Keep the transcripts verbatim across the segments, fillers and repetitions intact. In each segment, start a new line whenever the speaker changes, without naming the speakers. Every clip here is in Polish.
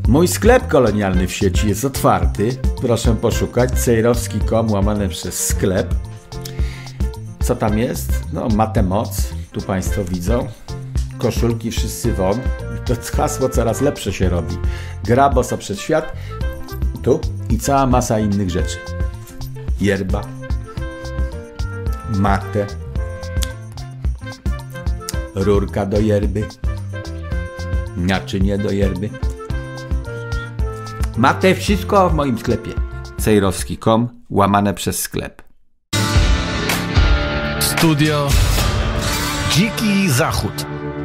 Mój sklep kolonialny w sieci jest otwarty. Proszę poszukać cejrowski kropka com łamane przez sklep. Co tam jest? No, Matę Moc. Tu Państwo widzą. Koszulki wszyscy won. To hasło coraz lepsze się robi. Gra boso przed świat. Tu. I cała masa innych rzeczy. Yerba. Matę. Rurka do yerby. Naczynie do yerby. Matę wszystko w moim sklepie. cejrowski kropka com łamane przez sklep.
Studio Dziki Zachód.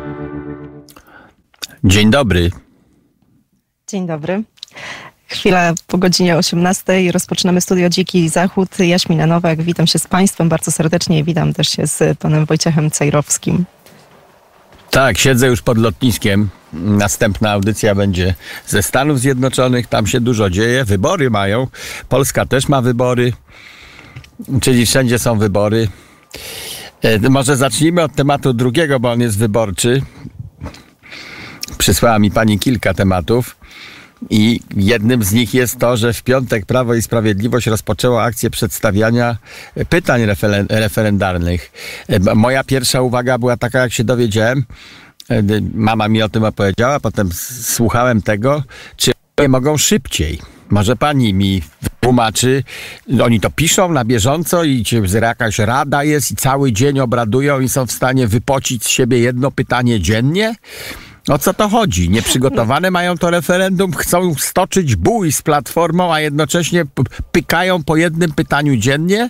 Dzień dobry.
Dzień dobry. Chwila po godzinie osiemnastej rozpoczynamy Studio Dziki Zachód. Jaśmina Nowak, witam się z Państwem bardzo serdecznie i witam też się z panem Wojciechem Cejrowskim.
Tak, siedzę już pod lotniskiem. Następna audycja będzie ze Stanów Zjednoczonych. Tam się dużo dzieje. Wybory mają. Polska też ma wybory. Czyli wszędzie są wybory. E, może zacznijmy od tematu drugiego, bo on jest wyborczy. Przysłała mi pani kilka tematów. I jednym z nich jest to, że w piątek Prawo i Sprawiedliwość rozpoczęło akcję przedstawiania pytań referen- referendalnych. Moja pierwsza uwaga była taka, jak się dowiedziałem, mama mi o tym opowiedziała, potem słuchałem tego, czy nie mogą szybciej. Może pani mi tłumaczy, oni to piszą na bieżąco i jakaś rada jest i cały dzień obradują i są w stanie wypocić z siebie jedno pytanie dziennie? O co to chodzi? Nieprzygotowane mają to referendum, chcą stoczyć bój z Platformą, a jednocześnie p- pykają po jednym pytaniu dziennie?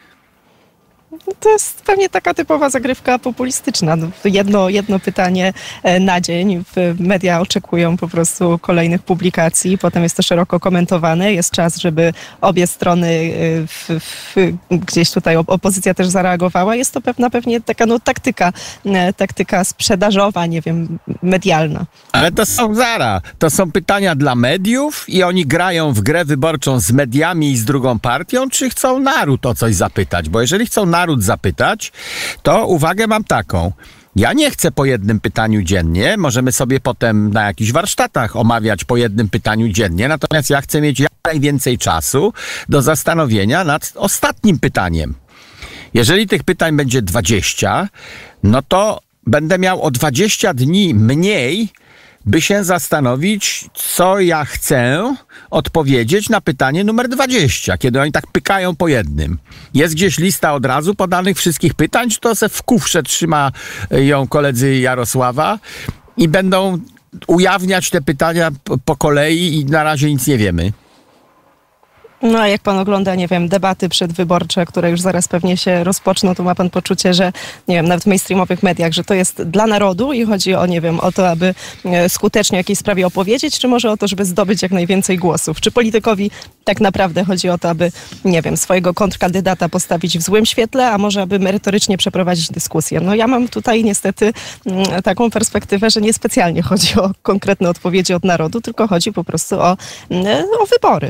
To jest pewnie taka typowa zagrywka populistyczna. Jedno, jedno pytanie na dzień. Media oczekują po prostu kolejnych publikacji. Potem jest to szeroko komentowane. Jest czas, żeby obie strony w, w, gdzieś tutaj opozycja też zareagowała. Jest to pewna pewnie taka no, taktyka, taktyka sprzedażowa, nie wiem, medialna.
Ale to są zara. To są pytania dla mediów i oni grają w grę wyborczą z mediami i z drugą partią, czy chcą naród o coś zapytać? Bo jeżeli chcą naród zapytać, to uwagę mam taką. Ja nie chcę po jednym pytaniu dziennie. Możemy sobie potem na jakichś warsztatach omawiać po jednym pytaniu dziennie. Natomiast ja chcę mieć jak najwięcej czasu do zastanowienia nad ostatnim pytaniem. Jeżeli tych pytań będzie dwadzieścia, no to będę miał o dwadzieścia dni mniej, by się zastanowić, co ja chcę odpowiedzieć na pytanie numer dwadzieścia, kiedy oni tak pykają po jednym. Jest gdzieś lista od razu podanych wszystkich pytań, czy to se w kufrze trzyma ją koledzy Jarosława i będą ujawniać te pytania po kolei i na razie nic nie wiemy?
No a jak pan ogląda, nie wiem, debaty przedwyborcze, które już zaraz pewnie się rozpoczną, to ma pan poczucie, że, nie wiem, nawet w mainstreamowych mediach, że to jest dla narodu i chodzi o, nie wiem, o to, aby skutecznie o jakiejś sprawie opowiedzieć, czy może o to, żeby zdobyć jak najwięcej głosów? Czy politykowi tak naprawdę chodzi o to, aby, nie wiem, swojego kontrkandydata postawić w złym świetle, a może aby merytorycznie przeprowadzić dyskusję? No ja mam tutaj niestety taką perspektywę, że niespecjalnie chodzi o konkretne odpowiedzi od narodu, tylko chodzi po prostu o, o wybory.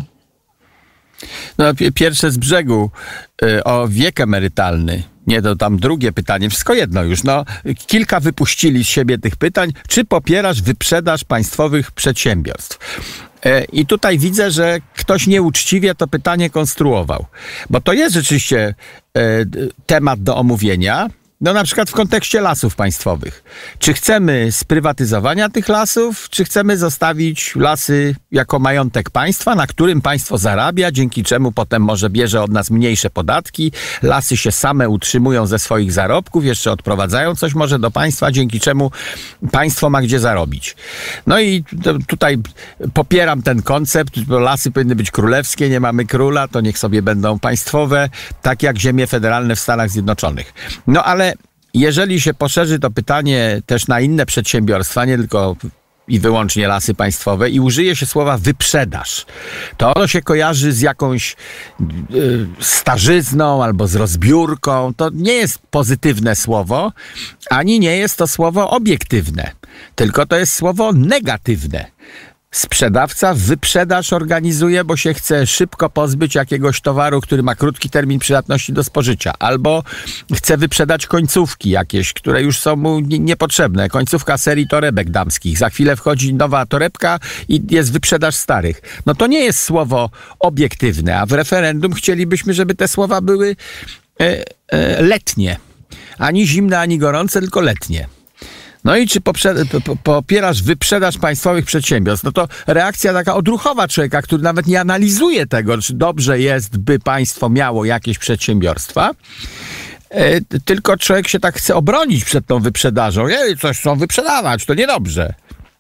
No, pierwsze z brzegu y, o wiek emerytalny. Nie, to tam drugie pytanie. Wszystko jedno już. No, kilka wypuścili z siebie tych pytań. Czy popierasz wyprzedaż państwowych przedsiębiorstw? Y, I tutaj widzę, że ktoś nieuczciwie to pytanie konstruował. Bo to jest rzeczywiście y, temat do omówienia. No na przykład w kontekście lasów państwowych. Czy chcemy sprywatyzowania tych lasów, czy chcemy zostawić lasy jako majątek państwa, na którym państwo zarabia, dzięki czemu potem może bierze od nas mniejsze podatki, lasy się same utrzymują ze swoich zarobków, jeszcze odprowadzają coś może do państwa, dzięki czemu państwo ma gdzie zarobić. No i tutaj popieram ten koncept, bo lasy powinny być królewskie, nie mamy króla, to niech sobie będą państwowe, tak jak ziemie federalne w Stanach Zjednoczonych. No ale jeżeli się poszerzy to pytanie też na inne przedsiębiorstwa, nie tylko i wyłącznie lasy państwowe i użyje się słowa wyprzedaż, to ono się kojarzy z jakąś y, starzyzną albo z rozbiórką. To nie jest pozytywne słowo, ani nie jest to słowo obiektywne, tylko to jest słowo negatywne. Sprzedawca wyprzedaż organizuje, bo się chce szybko pozbyć jakiegoś towaru, który ma krótki termin przydatności do spożycia. Albo chce wyprzedać końcówki jakieś, które już są mu niepotrzebne. Końcówka serii torebek damskich. Za chwilę wchodzi nowa torebka i jest wyprzedaż starych. No to nie jest słowo obiektywne, a w referendum chcielibyśmy, żeby te słowa były e, e, letnie. Ani zimne, ani gorące, tylko letnie. No i czy poprze- po- popierasz wyprzedaż państwowych przedsiębiorstw? No to reakcja taka odruchowa człowieka, który nawet nie analizuje tego, czy dobrze jest, by państwo miało jakieś przedsiębiorstwa. E, tylko człowiek się tak chce obronić przed tą wyprzedażą. Jej, coś chcą wyprzedawać, to niedobrze.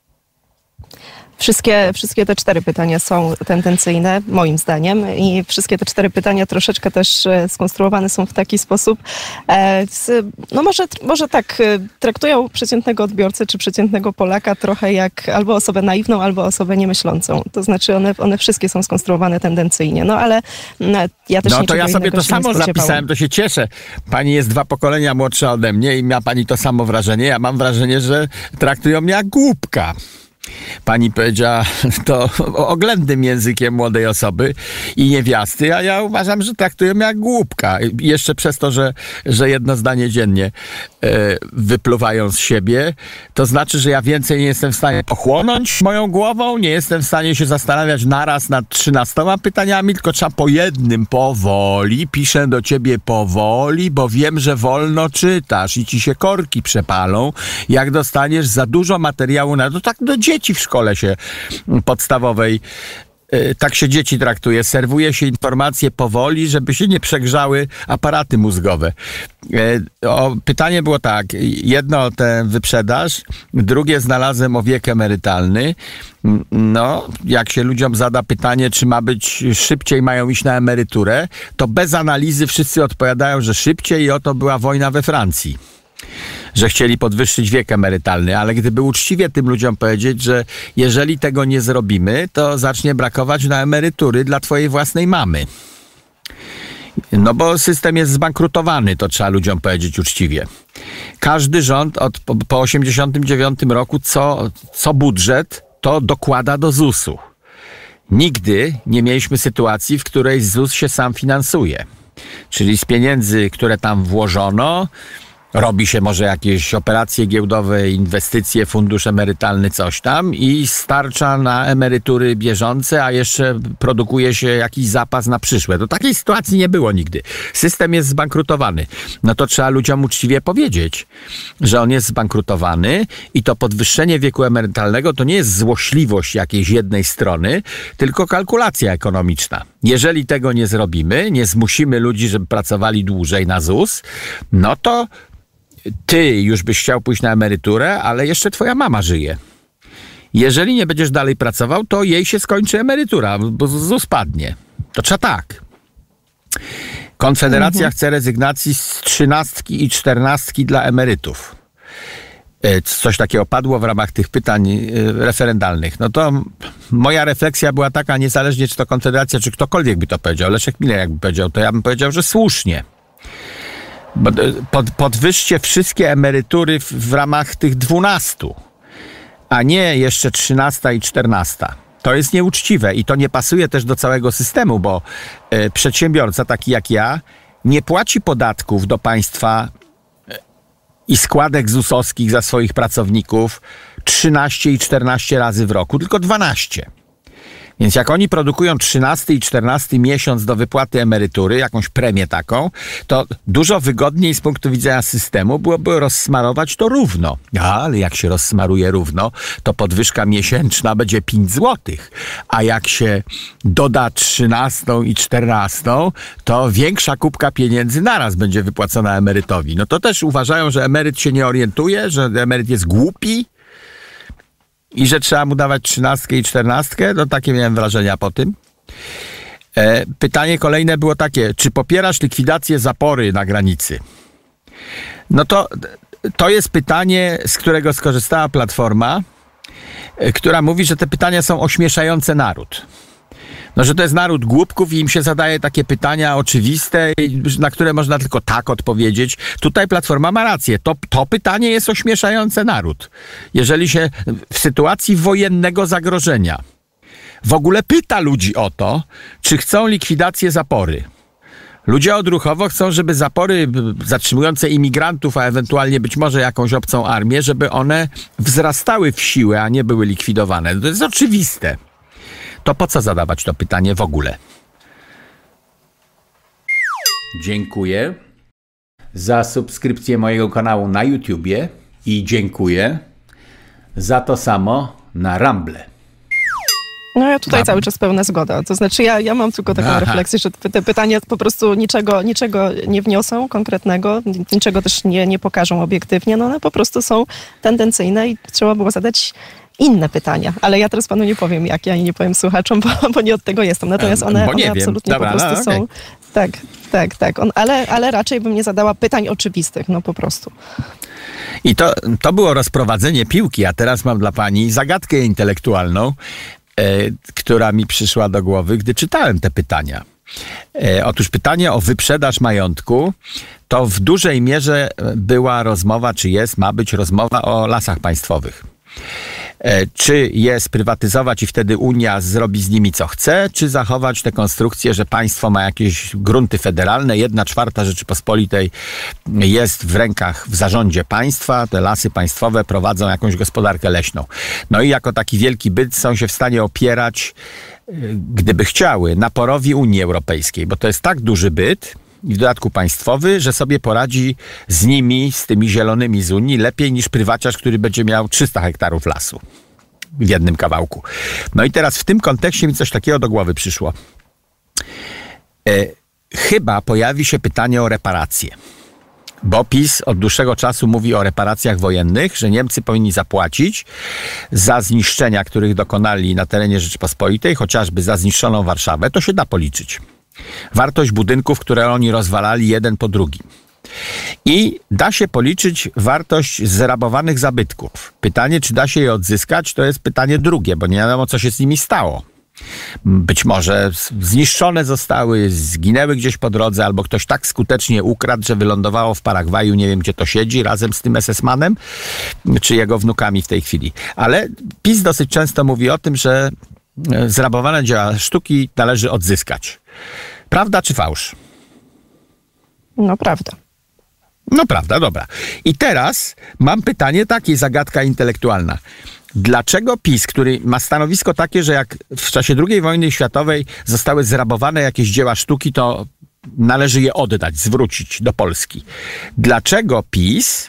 Wszystkie, wszystkie te cztery pytania są tendencyjne, moim zdaniem, i wszystkie te cztery pytania troszeczkę też e, skonstruowane są w taki sposób, e, z, no może, może tak, e, traktują przeciętnego odbiorcę czy przeciętnego Polaka trochę jak albo osobę naiwną, albo osobę niemyślącą. To znaczy one, one wszystkie są skonstruowane tendencyjnie, no ale no, ja też
No to ja sobie to
się
samo zapisałem, to się cieszę. Pani jest dwa pokolenia młodsza ode mnie i ma pani to samo wrażenie. Ja mam wrażenie, że traktują mnie jak głupka. Pani powiedziała to oględnym językiem młodej osoby i niewiasty, a ja uważam, że traktują mnie jak głupka. I jeszcze przez to, że, że jedno zdanie dziennie e, wypluwają z siebie, to znaczy, że ja więcej nie jestem w stanie pochłonąć moją głową, nie jestem w stanie się zastanawiać naraz nad trzynastoma pytaniami, tylko trzeba po jednym, powoli, piszę do ciebie powoli, bo wiem, że wolno czytasz i ci się korki przepalą, jak dostaniesz za dużo materiału na to, tak do dzieci w szkole się podstawowej, tak się dzieci traktuje. Serwuje się informacje powoli, żeby się nie przegrzały aparaty mózgowe. O, pytanie było tak. Jedno o tę wyprzedaż, drugie znalazłem o wiek emerytalny. No, jak się ludziom zada pytanie, czy ma być szybciej, mają iść na emeryturę, to bez analizy wszyscy odpowiadają, że szybciej, i oto była wojna we Francji, że chcieli podwyższyć wiek emerytalny, ale gdyby uczciwie tym ludziom powiedzieć, że jeżeli tego nie zrobimy, to zacznie brakować na emerytury dla twojej własnej mamy. No bo system jest zbankrutowany, to trzeba ludziom powiedzieć uczciwie. Każdy rząd od, po, po osiemdziesiątym dziewiątym roku co, co budżet, to dokłada do zusu. Nigdy nie mieliśmy sytuacji, w której ZUS się sam finansuje. Czyli z pieniędzy, które tam włożono, robi się może jakieś operacje giełdowe, inwestycje, fundusz emerytalny, coś tam i starcza na emerytury bieżące, a jeszcze produkuje się jakiś zapas na przyszłe. To takiej sytuacji nie było nigdy. System jest zbankrutowany. No to trzeba ludziom uczciwie powiedzieć, że on jest zbankrutowany i to podwyższenie wieku emerytalnego to nie jest złośliwość jakiejś jednej strony, tylko kalkulacja ekonomiczna. Jeżeli tego nie zrobimy, nie zmusimy ludzi, żeby pracowali dłużej na ZUS, no to ty już byś chciał pójść na emeryturę, ale jeszcze twoja mama żyje. Jeżeli nie będziesz dalej pracował, to jej się skończy emerytura, bo ZUS padnie. To trzeba tak. Konfederacja mhm. chce rezygnacji z trzynastki i czternastki dla emerytów. Coś takiego padło w ramach tych pytań referendalnych. No to moja refleksja była taka, niezależnie czy to Konfederacja, czy ktokolwiek by to powiedział, Leszek Miller jakby powiedział, to ja bym powiedział, że słusznie. Pod, podwyższcie wszystkie emerytury w, w ramach tych dwunastu, a nie jeszcze trzynasta i czternasta. To jest nieuczciwe i to nie pasuje też do całego systemu, bo y, przedsiębiorca taki jak ja nie płaci podatków do państwa y, i składek zusowskich za swoich pracowników trzynaście i czternaście razy w roku, tylko dwanaście. Więc jak oni produkują trzynasty i czternasty miesiąc do wypłaty emerytury, jakąś premię taką, to dużo wygodniej z punktu widzenia systemu byłoby rozsmarować to równo. Ale jak się rozsmaruje równo, to podwyżka miesięczna będzie pięć złotych. A jak się doda trzynastą i czternastą, to większa kubka pieniędzy naraz będzie wypłacona emerytowi. No to też uważają, że emeryt się nie orientuje, że emeryt jest głupi, i że trzeba mu dawać trzynastkę i czternastkę, no takie miałem wrażenia po tym. E, pytanie kolejne było takie, czy popierasz likwidację zapory na granicy? No to, to jest pytanie, z którego skorzystała Platforma, e, która mówi, że te pytania są ośmieszające naród. No, że to jest naród głupków i im się zadaje takie pytania oczywiste, na które można tylko tak odpowiedzieć. Tutaj Platforma ma rację. To, to pytanie jest ośmieszające naród. Jeżeli się w sytuacji wojennego zagrożenia w ogóle pyta ludzi o to, czy chcą likwidację zapory. Ludzie odruchowo chcą, żeby zapory zatrzymujące imigrantów, a ewentualnie być może jakąś obcą armię, żeby one wzrastały w siłę, a nie były likwidowane. To jest oczywiste. To po co zadawać to pytanie w ogóle? Dziękuję za subskrypcję mojego kanału na YouTubie i dziękuję za to samo na Rumble.
No ja tutaj
Mam.
cały czas pełna zgoda. To znaczy ja, ja mam tylko taką
Aha.
refleksję, że te pytania po prostu niczego, niczego nie wniosą konkretnego, niczego też nie, nie pokażą obiektywnie. No one po prostu są tendencyjne i trzeba było zadać inne pytania. Ale ja teraz panu nie powiem jakie, ani nie powiem słuchaczom, bo, bo nie od tego jestem. Natomiast one,
Bo nie
one
wiem.
absolutnie
Dobra,
po prostu
no,
są...
okej.
Tak, tak, tak. On, ale, ale raczej bym nie zadała pytań oczywistych, no po prostu.
I to, to było rozprowadzenie piłki, a teraz mam dla pani zagadkę intelektualną, e, która mi przyszła do głowy, gdy czytałem te pytania. E, otóż pytanie o wyprzedaż majątku to w dużej mierze była rozmowa, czy jest, ma być rozmowa o lasach państwowych. E, czy je sprywatyzować i wtedy Unia zrobi z nimi co chce, czy zachować tę konstrukcję, że państwo ma jakieś grunty federalne, jedna czwarta Rzeczypospolitej jest w rękach, w zarządzie państwa, te lasy państwowe prowadzą jakąś gospodarkę leśną. No i jako taki wielki byt są się w stanie opierać, e, gdyby chciały, naporowi Unii Europejskiej, bo to jest tak duży byt, i w dodatku państwowy, że sobie poradzi z nimi, z tymi zielonymi z Unii, lepiej niż prywaciarz, który będzie miał trzysta hektarów lasu w jednym kawałku. No i teraz w tym kontekście mi coś takiego do głowy przyszło. E, chyba pojawi się pytanie o reparacje. Bo PiS od dłuższego czasu mówi o reparacjach wojennych, że Niemcy powinni zapłacić za zniszczenia, których dokonali na terenie Rzeczypospolitej, chociażby za zniszczoną Warszawę. To się da policzyć. Wartość budynków, które oni rozwalali jeden po drugim. I da się policzyć wartość zrabowanych zabytków. Pytanie, czy da się je odzyskać, to jest pytanie drugie, bo nie wiadomo, co się z nimi stało. Być może zniszczone zostały, zginęły gdzieś po drodze, albo ktoś tak skutecznie ukradł, że wylądowało w Paragwaju, nie wiem gdzie to siedzi, razem z tym es es manem, czy jego wnukami w tej chwili. Ale PiS dosyć często mówi o tym, że zrabowane dzieła sztuki należy odzyskać. Prawda czy fałsz?
No prawda.
No prawda, dobra. I teraz mam pytanie takie, zagadka intelektualna. Dlaczego PiS, który ma stanowisko takie, że jak w czasie drugiej wojny światowej zostały zrabowane jakieś dzieła sztuki, to należy je oddać, zwrócić do Polski. Dlaczego PiS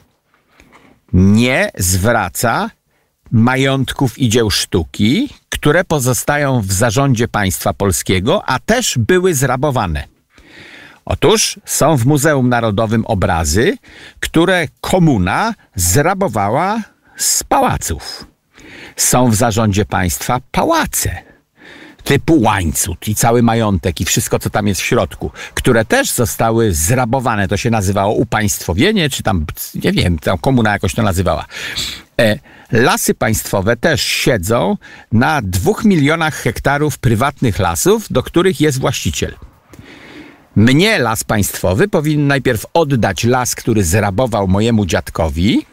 nie zwraca majątków i dzieł sztuki, które pozostają w zarządzie państwa polskiego, a też były zrabowane? Otóż są w Muzeum Narodowym obrazy, które komuna zrabowała z pałaców. Są w zarządzie państwa pałace typu Łańcut i cały majątek i wszystko, co tam jest w środku, które też zostały zrabowane. To się nazywało upaństwowienie, czy tam, nie wiem, tam komuna jakoś to nazywała. E, lasy państwowe też siedzą na dwóch milionach hektarów prywatnych lasów, do których jest właściciel. Mnie las państwowy powinien najpierw oddać las, który zrabował mojemu dziadkowi.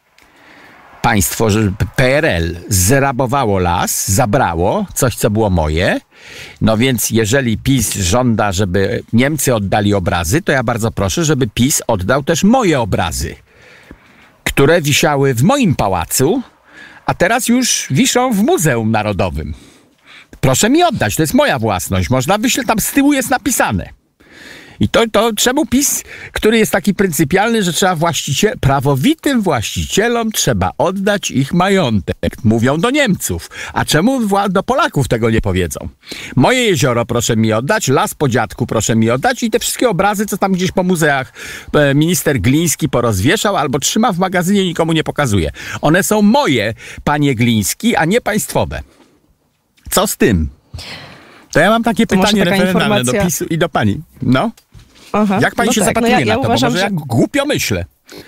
Państwo P R L zrabowało las, zabrało coś, co było moje. No więc jeżeli PiS żąda, żeby Niemcy oddali obrazy, to ja bardzo proszę, żeby PiS oddał też moje obrazy, które wisiały w moim pałacu, a teraz już wiszą w Muzeum Narodowym. Proszę mi oddać, to jest moja własność. Można wyśleć, tam z tyłu jest napisane. I to, to czemu PiS, który jest taki pryncypialny, że trzeba właściciel, prawowitym właścicielom trzeba oddać ich majątek. Mówią do Niemców. A czemu wła- do Polaków tego nie powiedzą? Moje jezioro proszę mi oddać, las po dziadku proszę mi oddać i te wszystkie obrazy, co tam gdzieś po muzeach e, minister Gliński porozwieszał albo trzyma w magazynie i nikomu nie pokazuje. One są moje, panie Gliński, a nie państwowe. Co z tym? To ja mam takie
To może
pytanie
taka
referendalne
informacja-
do PiSu i do pani. No?
Aha.
Jak pani
no
się
tak,
zapatruje
no ja, ja
na to?
uważam,
Bo może
że...
ja głupio myślę.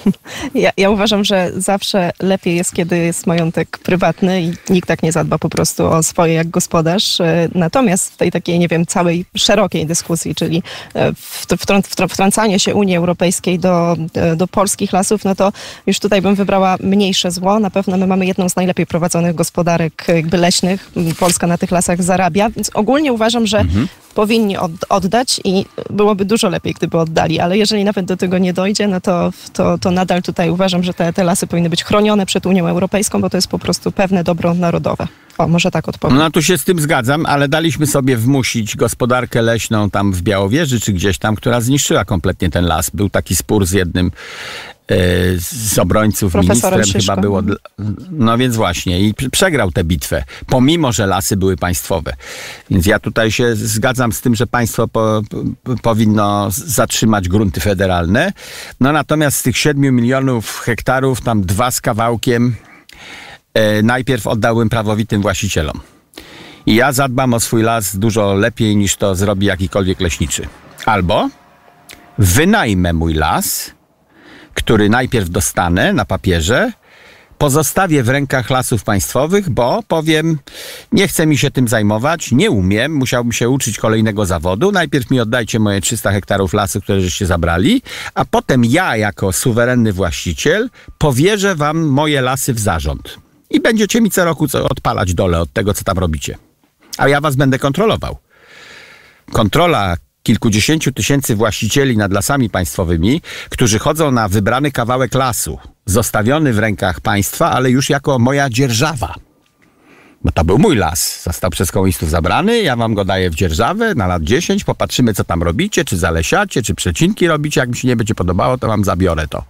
Ja, ja uważam, że zawsze lepiej jest, kiedy jest majątek prywatny i nikt tak nie zadba po prostu o swoje jak gospodarz. Natomiast w tej takiej, nie wiem, całej szerokiej dyskusji, czyli wtrącanie się Unii Europejskiej do, do polskich lasów, no to już tutaj bym wybrała mniejsze zło. Na pewno my mamy jedną z najlepiej prowadzonych gospodarek jakby leśnych. Polska na tych lasach zarabia, więc ogólnie uważam, że mhm. powinni od, oddać i byłoby dużo lepiej, gdyby oddali, ale jeżeli nawet do tego nie dojdzie, no to, to, to nadal tutaj uważam, że te, te lasy powinny być chronione przed Unią Europejską, bo to jest po prostu pewne dobro narodowe. O, może tak odpowiem.
No tu się z tym zgadzam, ale daliśmy sobie wmusić gospodarkę leśną tam w Białowieży, czy gdzieś tam, która zniszczyła kompletnie ten las. Był taki spór z jednym e, z obrońców,
Profesorem
ministrem
Szyszko.
chyba było. No więc właśnie i przegrał tę bitwę, pomimo że lasy były państwowe. Więc ja tutaj się zgadzam z tym, że państwo po, po, powinno zatrzymać grunty federalne. No natomiast z tych siedmiu milionów hektarów, tam dwa z kawałkiem najpierw oddałbym prawowitym właścicielom. I ja zadbam o swój las dużo lepiej niż to zrobi jakikolwiek leśniczy. Albo wynajmę mój las, który najpierw dostanę na papierze, pozostawię w rękach Lasów Państwowych, bo powiem, nie chcę mi się tym zajmować, nie umiem, musiałbym się uczyć kolejnego zawodu. Najpierw mi oddajcie moje trzysta hektarów lasu, które żeście zabrali, a potem ja jako suwerenny właściciel powierzę wam moje lasy w zarząd. I będziecie mi co roku co odpalać dole od tego, co tam robicie. A ja was będę kontrolował. Kontrola kilkudziesięciu tysięcy właścicieli nad lasami państwowymi, którzy chodzą na wybrany kawałek lasu, zostawiony w rękach państwa, ale już jako moja dzierżawa. Bo to był mój las. Został przez komunistów zabrany, ja wam go daję w dzierżawę na lat dziesięć, popatrzymy, co tam robicie, czy zalesiacie, czy przecinki robicie. Jak mi się nie będzie podobało, to wam zabiorę to.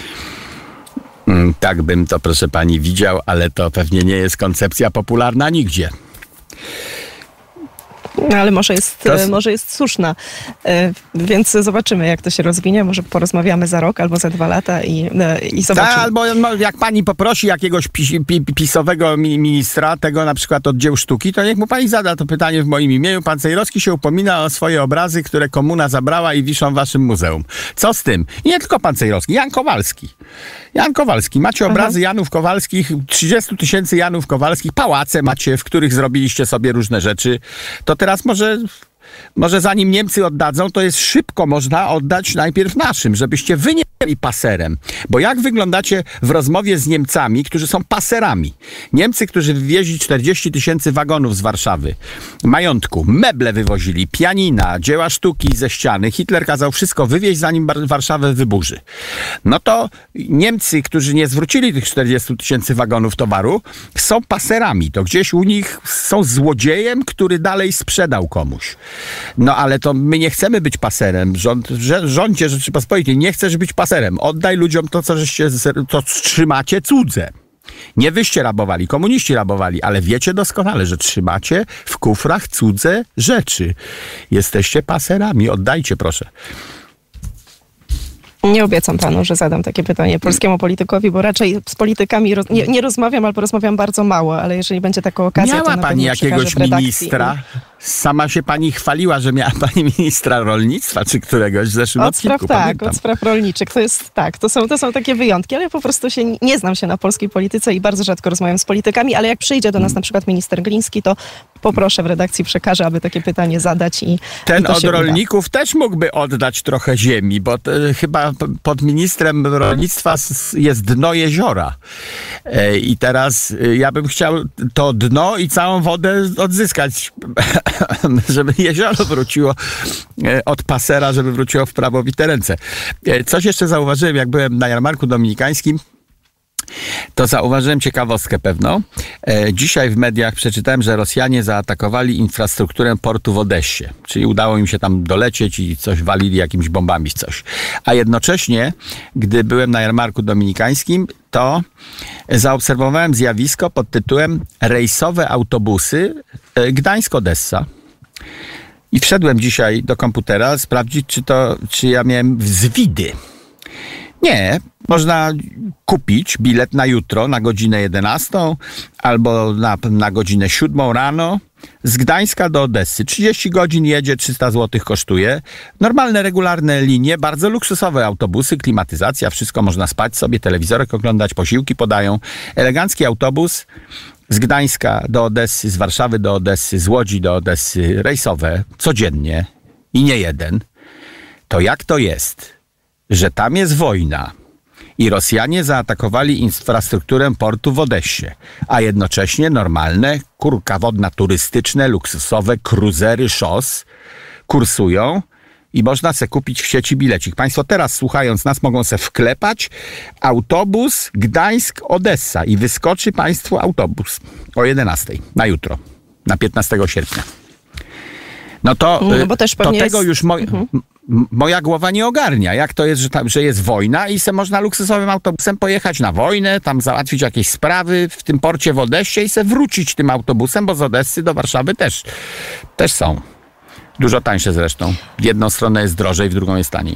Tak bym to, proszę pani, widział, ale to pewnie nie jest koncepcja popularna nigdzie.
No, ale może jest,
To...
może jest słuszna. Więc zobaczymy, jak to się rozwinie. Może porozmawiamy za rok albo za dwa lata i, i zobaczymy.
Ta, albo no, jak pani poprosi jakiegoś pis, pis, pisowego ministra, tego na przykład od dzieł sztuki, to niech mu pani zada to pytanie w moim imieniu. Pan Cejrowski się upomina o swoje obrazy, które komuna zabrała i wiszą w waszym muzeum. Co z tym? I nie tylko pan Cejrowski, Jan Kowalski. Jan Kowalski. Macie obrazy Aha. Janów Kowalskich, trzydziestu tysięcy Janów Kowalskich, pałace macie, w których zrobiliście sobie różne rzeczy. To teraz może, może zanim Niemcy oddadzą, to jest szybko można oddać najpierw naszym, żebyście wy nie byli paserem. Bo jak wyglądacie w rozmowie z Niemcami, którzy są paserami? Niemcy, którzy wywieźli czterdzieści tysięcy wagonów z Warszawy, majątku, meble wywozili, pianina, dzieła sztuki ze ściany. Hitler kazał wszystko wywieźć, zanim Warszawę wyburzy. No to Niemcy, którzy nie zwrócili tych czterdziestu tysięcy wagonów towaru, są paserami. To gdzieś u nich są złodziejem, który dalej sprzedał komuś. No ale to my nie chcemy być paserem. Rząd, rządzie Rzeczypospolitej nie chcesz być paserem. Oddaj ludziom to, co żeście, to trzymacie cudze. Nie wyście rabowali, komuniści rabowali, ale wiecie doskonale, że trzymacie w kufrach cudze rzeczy. Jesteście paserami. Oddajcie, proszę.
Nie obiecam panu, że zadam takie pytanie polskiemu politykowi, bo raczej z politykami roz, nie, nie rozmawiam albo rozmawiam bardzo mało, ale jeżeli będzie taka okazja,
miała
to na
pani jakiegoś ministra? Sama się pani chwaliła, że miała pani ministra rolnictwa, czy któregoś w zeszłym
od spraw,
odcinku.
tak,
pamiętam.
od spraw rolniczych. To jest tak, to są, to są takie wyjątki, ale ja po prostu się nie znam się na polskiej polityce i bardzo rzadko rozmawiam z politykami, ale jak przyjdzie do nas na przykład minister Gliński, to poproszę w redakcji, przekażę, aby takie pytanie zadać i
Ten
i to
od
się
rolników uda. Też mógłby oddać trochę ziemi, bo to, chyba pod ministrem rolnictwa jest dno jeziora. E, I teraz e, ja bym chciał to dno i całą wodę odzyskać, żeby jezioro wróciło e, od pasera, żeby wróciło w prawowite ręce. E, coś jeszcze zauważyłem, jak byłem na jarmarku dominikańskim, to zauważyłem ciekawostkę pewną. E, dzisiaj w mediach przeczytałem, że Rosjanie zaatakowali infrastrukturę portu w Odessie. Czyli udało im się tam dolecieć i coś walili jakimiś bombami w coś. A jednocześnie, gdy byłem na jarmarku dominikańskim, to zaobserwowałem zjawisko pod tytułem rejsowe autobusy e, Gdańsk-Odessa. I wszedłem dzisiaj do komputera sprawdzić, czy to, czy ja miałem zwidy. Nie, można kupić bilet na jutro, na godzinę jedenastą albo na, na godzinę siódmą rano z Gdańska do Odessy. trzydzieści godzin jedzie, trzysta złotych kosztuje. Normalne, regularne linie, bardzo luksusowe autobusy, klimatyzacja, wszystko można spać sobie, telewizorek oglądać, posiłki podają. Elegancki autobus z Gdańska do Odessy, z Warszawy do Odessy, z Łodzi do Odessy, rejsowe, codziennie i nie jeden. To jak to jest, że tam jest wojna i Rosjanie zaatakowali infrastrukturę portu w Odessie, a jednocześnie normalne, kurka wodna turystyczne, luksusowe kruzery szos kursują i można se kupić w sieci bilecik. Państwo teraz, słuchając nas, mogą se wklepać autobus Gdańsk-Odessa i wyskoczy Państwu autobus o jedenastej na jutro, na piętnastego sierpnia. No to,
no, bo też
to
pewnie
tego
jest...
już mo-
mhm.
m- moja głowa nie ogarnia. Jak to jest, że, tam, że jest wojna i se można luksusowym autobusem pojechać na wojnę, tam załatwić jakieś sprawy w tym porcie w Odessie i se wrócić tym autobusem, bo z Odessy do Warszawy też, też są. Dużo tańsze zresztą. W jedną stronę jest drożej, w drugą jest taniej.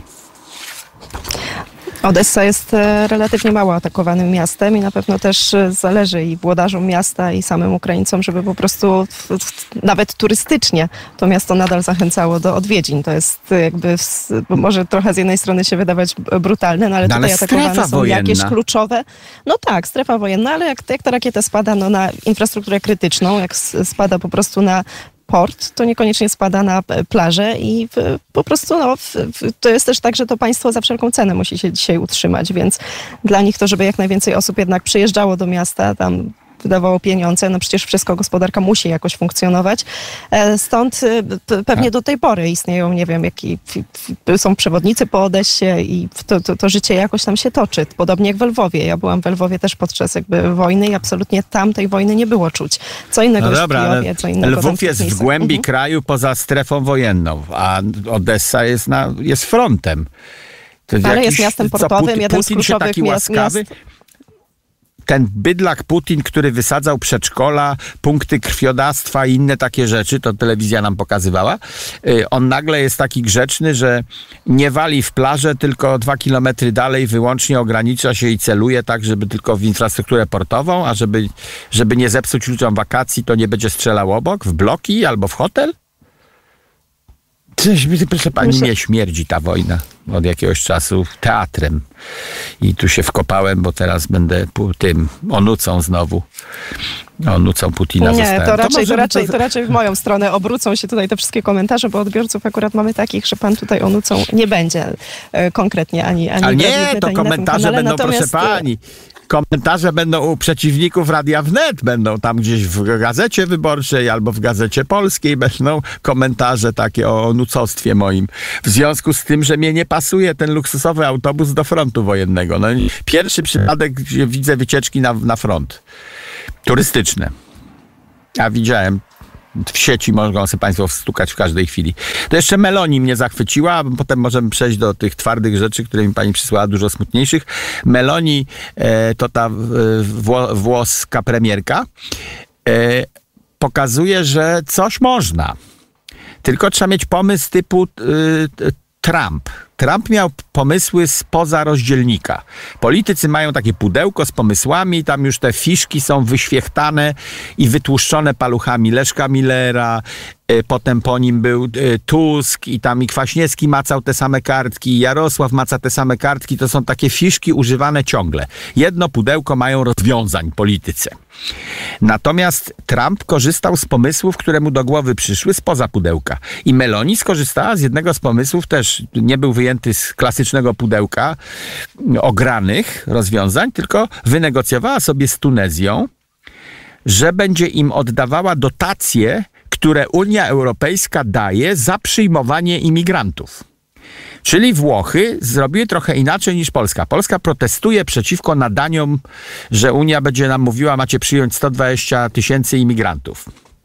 Odessa jest e, relatywnie mało atakowanym miastem i na pewno też e, zależy i włodarzom miasta i samym Ukraińcom, żeby po prostu w, w, nawet turystycznie to miasto nadal zachęcało do odwiedzin. To jest e, jakby, w, może trochę z jednej strony się wydawać brutalne, no ale
No,
tutaj
ale
atakowane
strefa
są
wojenna.
jakieś kluczowe. No tak, strefa wojenna, ale jak, jak ta rakieta spada no, na infrastrukturę krytyczną, jak s- spada po prostu na port, to niekoniecznie spada na p- plażę i w, po prostu no, w, w, to jest też tak, że to państwo za wszelką cenę musi się dzisiaj utrzymać, więc dla nich to, żeby jak najwięcej osób jednak przyjeżdżało do miasta, tam wydawało pieniądze, no przecież wszystko, gospodarka musi jakoś funkcjonować. E, Stąd e, p- pewnie do tej pory istnieją, nie wiem, jaki f- f- są przewodnicy po Odessie i to, to, to życie jakoś tam się toczy. Podobnie jak w Lwowie. Ja byłam w Lwowie też podczas jakby wojny i absolutnie tam tej wojny nie było czuć. Co innego
No
jest
dobra,
w
ale
Kijowie, co innego tam
Lwów
w tych
jest w
miejscach.
głębi
Mhm.
kraju poza strefą wojenną, a Odessa jest, na, jest frontem. To
Ale
jakiś-
jest miastem
co,
portowym,
Putin,
jeden z
Putin się
kluczowych
taki
miast-
łaskawy.
miast.
Ten bydlak Putin, który wysadzał przedszkola, punkty krwiodawstwa i inne takie rzeczy, to telewizja nam pokazywała, y, on nagle jest taki grzeczny, że nie wali w plażę, tylko dwa kilometry dalej wyłącznie ogranicza się i celuje tak, żeby tylko w infrastrukturę portową, a żeby, żeby nie zepsuć ludziom wakacji, to nie będzie strzelał obok, w bloki albo w hotel? Coś, proszę pani,
Myślę-
mnie śmierdzi ta wojna od jakiegoś czasu teatrem. I tu się wkopałem, bo teraz będę pu- tym onucą znowu. Onucą Putina
Nie,
zostałem.
to raczej, to,
może by
raczej, to raczej w moją stronę obrócą się tutaj te wszystkie komentarze, bo odbiorców akurat mamy takich, że pan tutaj onucą nie będzie e, konkretnie ani ani
Ale
w Radiu
nie,
Wnet,
to
ani na tym
komentarze
kanale.
będą,
Natomiast,
proszę pani. Komentarze będą u przeciwników Radia Wnet, będą tam gdzieś w Gazecie Wyborczej albo w Gazecie Polskiej będą komentarze takie o nucostwie moim. W związku z tym, że mnie nie pasuje ten luksusowy autobus do frontu wojennego. No, pierwszy przypadek, gdzie widzę wycieczki na, na front. Turystyczne. Ja widziałem. W sieci mogą sobie państwo wstukać w każdej chwili. To jeszcze Meloni mnie zachwyciła, a potem możemy przejść do tych twardych rzeczy, które mi pani przysłała, dużo smutniejszych. Meloni e, to ta e, wło, włoska premierka e, pokazuje, że coś można. Tylko trzeba mieć pomysł typu e, Trump. Trump miał pomysły spoza rozdzielnika. Politycy mają takie pudełko z pomysłami, tam już te fiszki są wyświechtane i wytłuszczone paluchami Leszka Millera, y, potem po nim był y, Tusk i tam i Kwaśniewski macał te same kartki, Jarosław maca te same kartki, to są takie fiszki używane ciągle. Jedno pudełko mają rozwiązań polityce. Natomiast Trump korzystał z pomysłów, które mu do głowy przyszły spoza pudełka. I Meloni skorzystała z jednego z pomysłów, też nie był wyjęty z klasycznego pudełka ogranych rozwiązań, tylko wynegocjowała sobie z Tunezją, że będzie im oddawała dotacje, które Unia Europejska daje za przyjmowanie imigrantów. Czyli Włochy zrobiły trochę inaczej niż Polska. Polska protestuje przeciwko nadaniom, że Unia będzie nam mówiła, macie przyjąć sto dwadzieścia tysięcy imigrantów.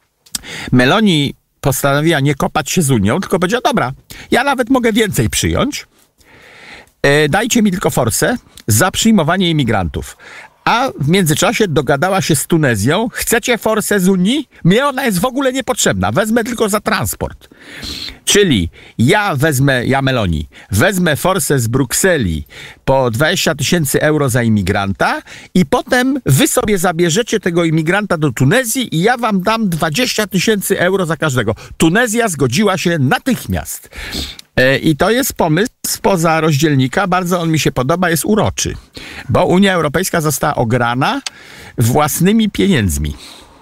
Meloni postanowiła nie kopać się z Unią, tylko powiedziała, dobra, ja nawet mogę więcej przyjąć. E, dajcie mi tylko forsę za przyjmowanie imigrantów. A w międzyczasie dogadała się z Tunezją. Chcecie forsę z Unii? Mnie ona jest w ogóle niepotrzebna. Wezmę tylko za transport. Czyli ja wezmę, ja Meloni, wezmę forsę z Brukseli po dwadzieścia tysięcy euro za imigranta i potem wy sobie zabierzecie tego imigranta do Tunezji i ja wam dam dwadzieścia tysięcy euro za każdego. Tunezja zgodziła się natychmiast. I to jest pomysł spoza rozdzielnika, bardzo on mi się podoba, jest uroczy, bo Unia Europejska została ograna własnymi pieniędzmi.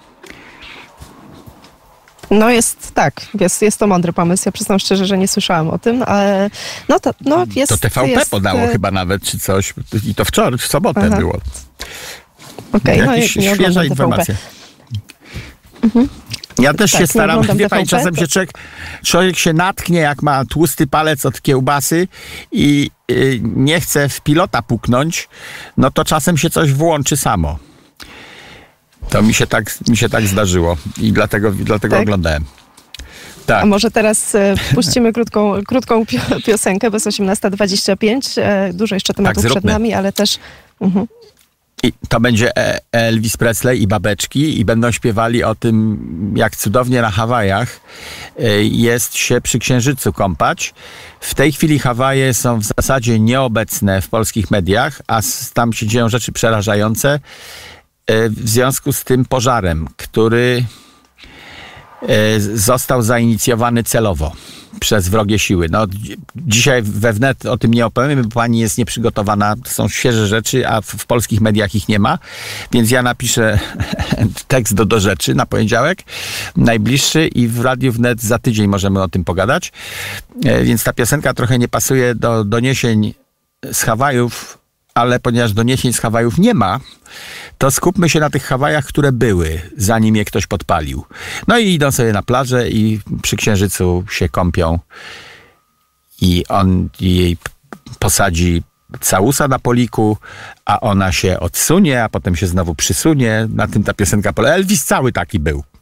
No jest, tak, jest, jest to mądry pomysł. Ja przyznam szczerze, że nie słyszałam o tym, ale no to no jest...
To T V P
jest,
podało
e...
chyba nawet, czy coś, i to wczoraj, w sobotę
Aha.
było.
Okej, okay,
Jakieś
no nie
świeża informacja.
Mhm.
Ja też
tak,
się staram, wie pani,
T V P,
czasem
to...
się człowiek, człowiek się natknie, jak ma tłusty palec od kiełbasy i y, nie chce w pilota puknąć, no to czasem się coś włączy samo. To mi się tak, mi się tak zdarzyło i dlatego, dlatego
tak?
oglądałem. Tak.
A może teraz e, puścimy krótką, krótką pio- piosenkę, bo jest osiemnasta dwadzieścia pięć. E, dużo jeszcze tematów
Tak,
przed nami, ale też... Mhm.
I to będzie Elvis Presley i babeczki i będą śpiewali o tym, jak cudownie na Hawajach jest się przy Księżycu kąpać. W tej chwili Hawaje są w zasadzie nieobecne w polskich mediach, a tam się dzieją rzeczy przerażające w związku z tym pożarem, który został zainicjowany celowo przez wrogie siły. No, dzisiaj we wnet o tym nie opowiem, bo pani jest nieprzygotowana. To są świeże rzeczy, a w, w polskich mediach ich nie ma. Więc ja napiszę tekst do, do rzeczy na poniedziałek najbliższy i w Radiu Wnet za tydzień możemy o tym pogadać. E, więc ta piosenka trochę nie pasuje do doniesień z Hawajów, ale ponieważ doniesień z Hawajów nie ma, to skupmy się na tych Hawajach, które były, zanim je ktoś podpalił. No i idą sobie na plażę i przy Księżycu się kąpią i on jej posadzi całusa na poliku, a ona się odsunie, a potem się znowu przysunie. Na tym ta piosenka polega. Elvis cały taki był.